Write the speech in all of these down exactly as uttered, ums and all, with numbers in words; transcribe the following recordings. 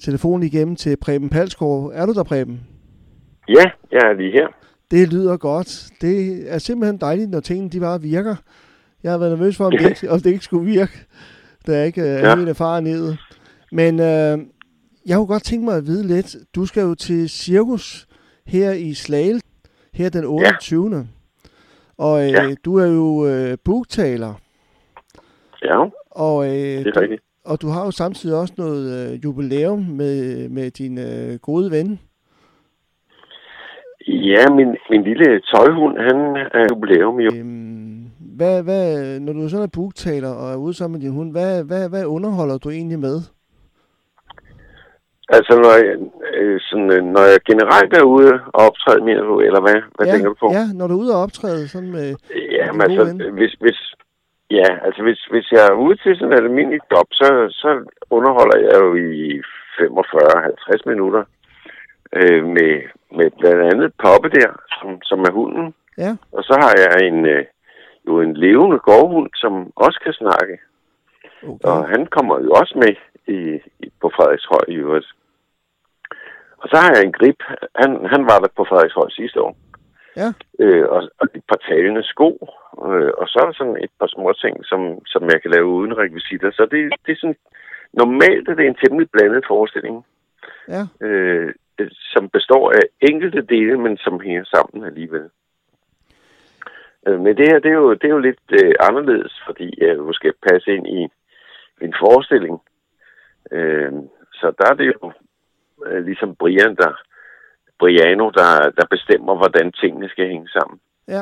telefonen igennem til Preben Palsgaard. Er du der, Preben? Ja, jeg er lige her. Det lyder godt. Det er simpelthen dejligt, når tingene de bare virker. Jeg har været nervøs for, om det ikke, om det ikke skulle virke, da jeg ikke er ja. helt erfaren i det. Men øh, jeg kunne godt tænke mig at vide lidt. Du skal jo til cirkus her i Slagelse, her den otteogtyvende Ja. Og øh, ja. du er jo øh, booktaler. Ja, og, øh, det er rigtigt. Og du har jo samtidig også noget øh, jubilæum med, med din øh, gode ven. Ja, min, min lille tøjhund, han er jubilæum jo. Øhm, hvad, hvad, når du er sådan en booktaler og er ude sammen med din hund, hvad, hvad, hvad underholder du egentlig med? Altså, når jeg, øh, sådan, når jeg generelt er ude og optræde, mener du, eller hvad, hvad ja, tænker du på? Ja, når du er ude og optræde sådan med... Ja, men altså, hvis, hvis, ja, altså hvis, hvis jeg er ude til sådan et almindeligt job, så, så underholder jeg jo i femogfyrre til halvtreds minutter øh, med, med blandt andet Poppe der, som, som er hunden. Ja. Og så har jeg en, øh, jo en levende gårdhund, som også kan snakke. Okay. Og han kommer jo også med i, i, på Frederikshøj i øvrigt. Og så har jeg en grip. Han, han var der på Frederikshøj sidste år. Ja. Øh, og, og et par talende sko. Øh, og så er der sådan et par små ting, som, som jeg kan lave uden rekvisitter. Så det, det er sådan... Normalt er det en temmelig blandet forestilling. Ja. Øh, som består af enkelte dele, men som hænger sammen alligevel. Øh, men det her, det er jo, det er jo lidt øh, anderledes, fordi jeg måske passe ind i en forestilling. Øh, så der er det jo øh, ligesom Brian, der, Briano, der, der bestemmer, hvordan tingene skal hænge sammen. Ja.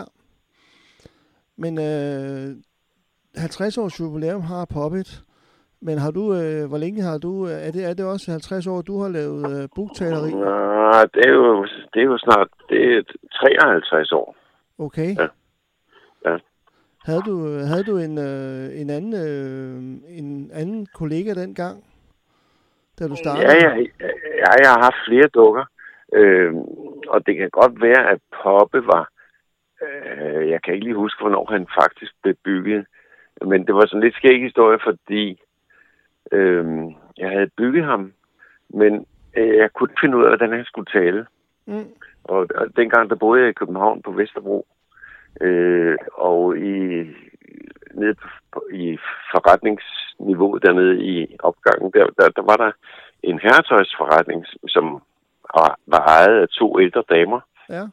Men øh, halvtreds års jubilæum har Poppet. Men har du, øh, hvor længe har du, er det, er det også halvtreds år, du har lavet øh, booktaleri? Nej, det er jo, det er jo snart, det er treoghalvtreds år. Okay. Ja. Ja. Havde du, havde du en, øh, en, anden, øh, en anden kollega dengang, da du startede? Ja, ja, ja, jeg har haft flere dukker. Øh, og det kan godt være, at Poppe var, øh, jeg kan ikke lige huske, hvornår han faktisk blev bygget. Men det var sådan lidt skæg historie, fordi øh, jeg havde bygget ham, men øh, jeg kunne ikke finde ud af, hvordan han skulle tale. Mm. Og, og dengang, der boede jeg i København på Vesterbro. Øh, og i, nede på, i forretningsniveauet dernede i opgangen, der, der, der var der en herretøjsforretning, som var ejet af to ældre damer. Ja.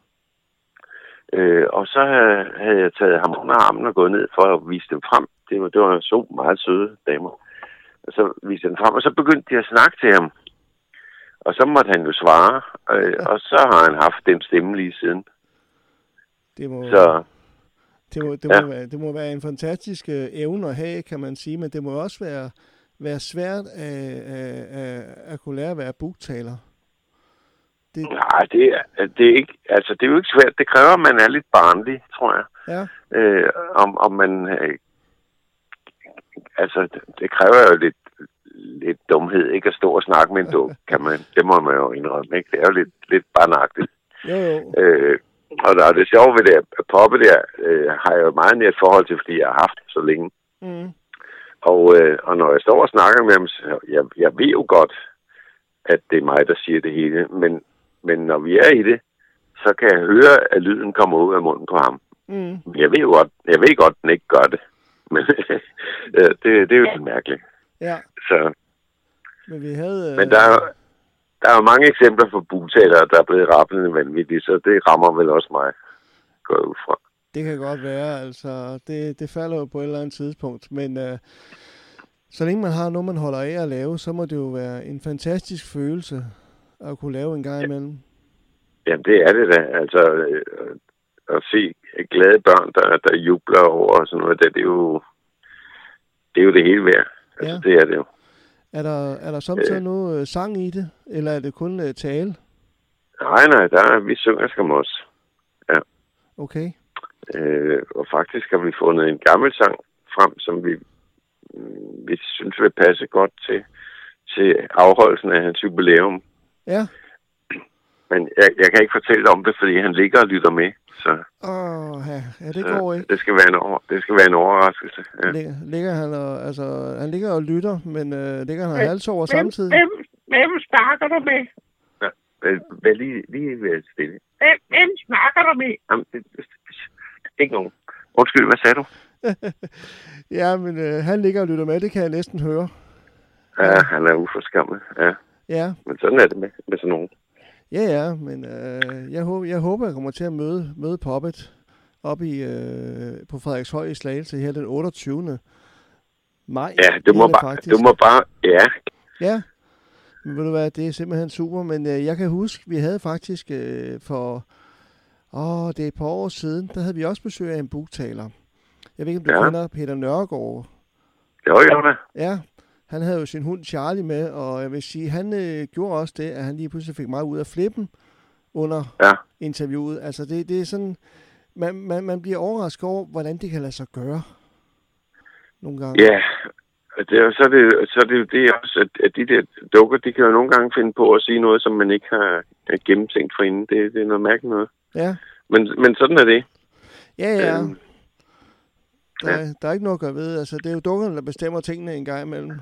Øh, og så havde, havde jeg taget ham under armen og gået ned for at vise dem frem. Det var, det var så meget søde damer. Og så viste jeg dem frem, og så begyndte de at snakke til ham. Og så måtte han jo svare, øh, ja. Og så har han haft den stemme lige siden. Det må, så, det må, det ja. må, være, det må være en fantastisk øh, evne at have, kan man sige, men det må også være, være svært at, at, at, at kunne lære at være booktaler. Det... Nej, det er, det, er ikke, altså, det er jo ikke svært. Det kræver, at man er lidt barnlig, tror jeg. Ja. Øh, om, om man... Øh, altså, det, det kræver jo lidt, lidt dumhed, ikke at stå og snakke med en dum, kan man. Det må man jo indrømme, ikke? Det er jo lidt, lidt barnagtigt. Jo, jo. Øh, og der er det sjove ved det, at Poppe der øh, har jeg jo meget nært forhold til, fordi jeg har haft det så længe. Mm. Og, øh, og når jeg står og snakker med ham, så jeg, jeg ved jo godt, at det er mig, der siger det hele. Men, men når vi er i det, så kan jeg høre, at lyden kommer ud af munden på ham. Mm. Jeg ved jo godt, jeg ved godt, at den ikke gør det. Men det, det er jo lidt mærkeligt. Ja. Så. Men, vi havde, men der er Der er jo mange eksempler på booktalere, der er blevet rappelende vanvittigt, så det rammer vel også mig, går jeg ud fra. Det kan godt være, altså det, det falder jo på et eller andet tidspunkt, men øh, så længe man har noget, man holder af at lave, så må det jo være en fantastisk følelse at kunne lave en gang imellem. Jamen det er det da, altså øh, at se glade børn, der, der jubler over og sådan noget, det, det er jo det er jo det hele værd, altså ja. Det er det jo. Er der, er der samtidig øh. noget sang i det, eller er det kun uh, tale? Nej, nej, der er, vi synger skam også. Ja. Okay. Øh, og faktisk har vi fundet en gammel sang frem, som vi, vi synes vil passe godt til, til afholdelsen af hans jubilæum. Ja. Men jeg, jeg kan ikke fortælle om det, fordi han ligger og lytter med. Så, Åh, ja, ja, det går ikke. Det skal være en, over, det skal være en overraskelse. Ja. Ligger, ligger han og, altså, han ligger og lytter, men øh, ligger han og hals over men, samtidig? Men, Hvem snakker du med? Ja, vær lige, lige ved stille. Hvem, hvem snakker du med? Jamen, det, det, ikke nogen. Undskyld, hvad sagde du? Ja, men øh, han ligger og lytter med, det kan jeg næsten høre. Ja, han er uforskammet, ja. Ja. Men sådan er det med, med sådan nogen. Ja, ja, men øh, jeg, håber, jeg håber, jeg kommer til at møde, møde Poppet op i, øh, på Frederikshøj i Slagelse her den otteogtyvende maj. Ja, du må, bare, du må bare, ja. Ja, men ved du hvad, det er simpelthen super, men øh, jeg kan huske, vi havde faktisk øh, for, åh, det er et par år siden, der havde vi også besøg af en bugtaler. Jeg ved ikke, om du ja. kender Peter Nørgaard. Jo, jo da. Ja, han havde jo sin hund Charlie med, og jeg vil sige, han øh, gjorde også det, at han lige pludselig fik meget ud af flippen under ja. interviewet. Altså, det, det er sådan, man, man, man bliver overrasket over, hvordan det kan lade sig gøre nogle gange. Ja, det er, så, er det, så er det jo det også, at, at de der dukker, de kan jo nogle gange finde på at sige noget, som man ikke har gennemtænkt for inden. Det, det er noget mærkeligt noget. Ja. Men, men sådan er det. Ja, ja. Øhm, der, ja. der er ikke noget at gøre ved. Altså, det er jo dukkerne, der bestemmer tingene en gang imellem.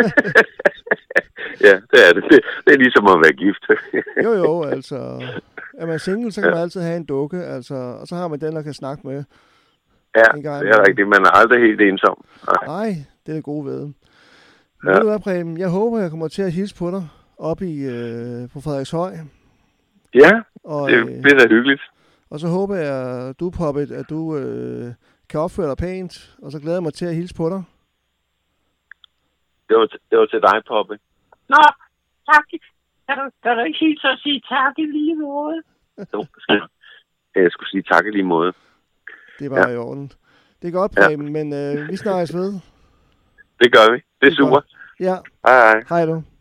Ja, det er det. det. Det er ligesom at være gift. Jo, jo, altså. Er man single, så kan ja. man altid have en dukke, altså, og så har man den, der kan snakke med. Ja, det er rigtigt. Man er aldrig helt ensom. Nej, Nej det er det gode ved. Men ja. ved du hvad, Preben? Jeg håber, jeg kommer til at hilse på dig op i, øh, på Frederikshøj. Ja, og, det bliver da hyggeligt. Og så håber jeg, du, Poppet, at du øh, kan opføre dig pænt, og så glæder jeg mig til at hilse på dig. Det var, det var til dig, Poppe. Nå, tak. Kan du, kan du ikke hilse og sige tak i lige måde? Jo, jeg skulle sige tak i lige måde. Det var ja. i orden. Det er godt, Preben, ja. men øh, vi snakkes ved. Det gør vi. Det er, det er super. Godt. Ja. Hej hej. Hej du.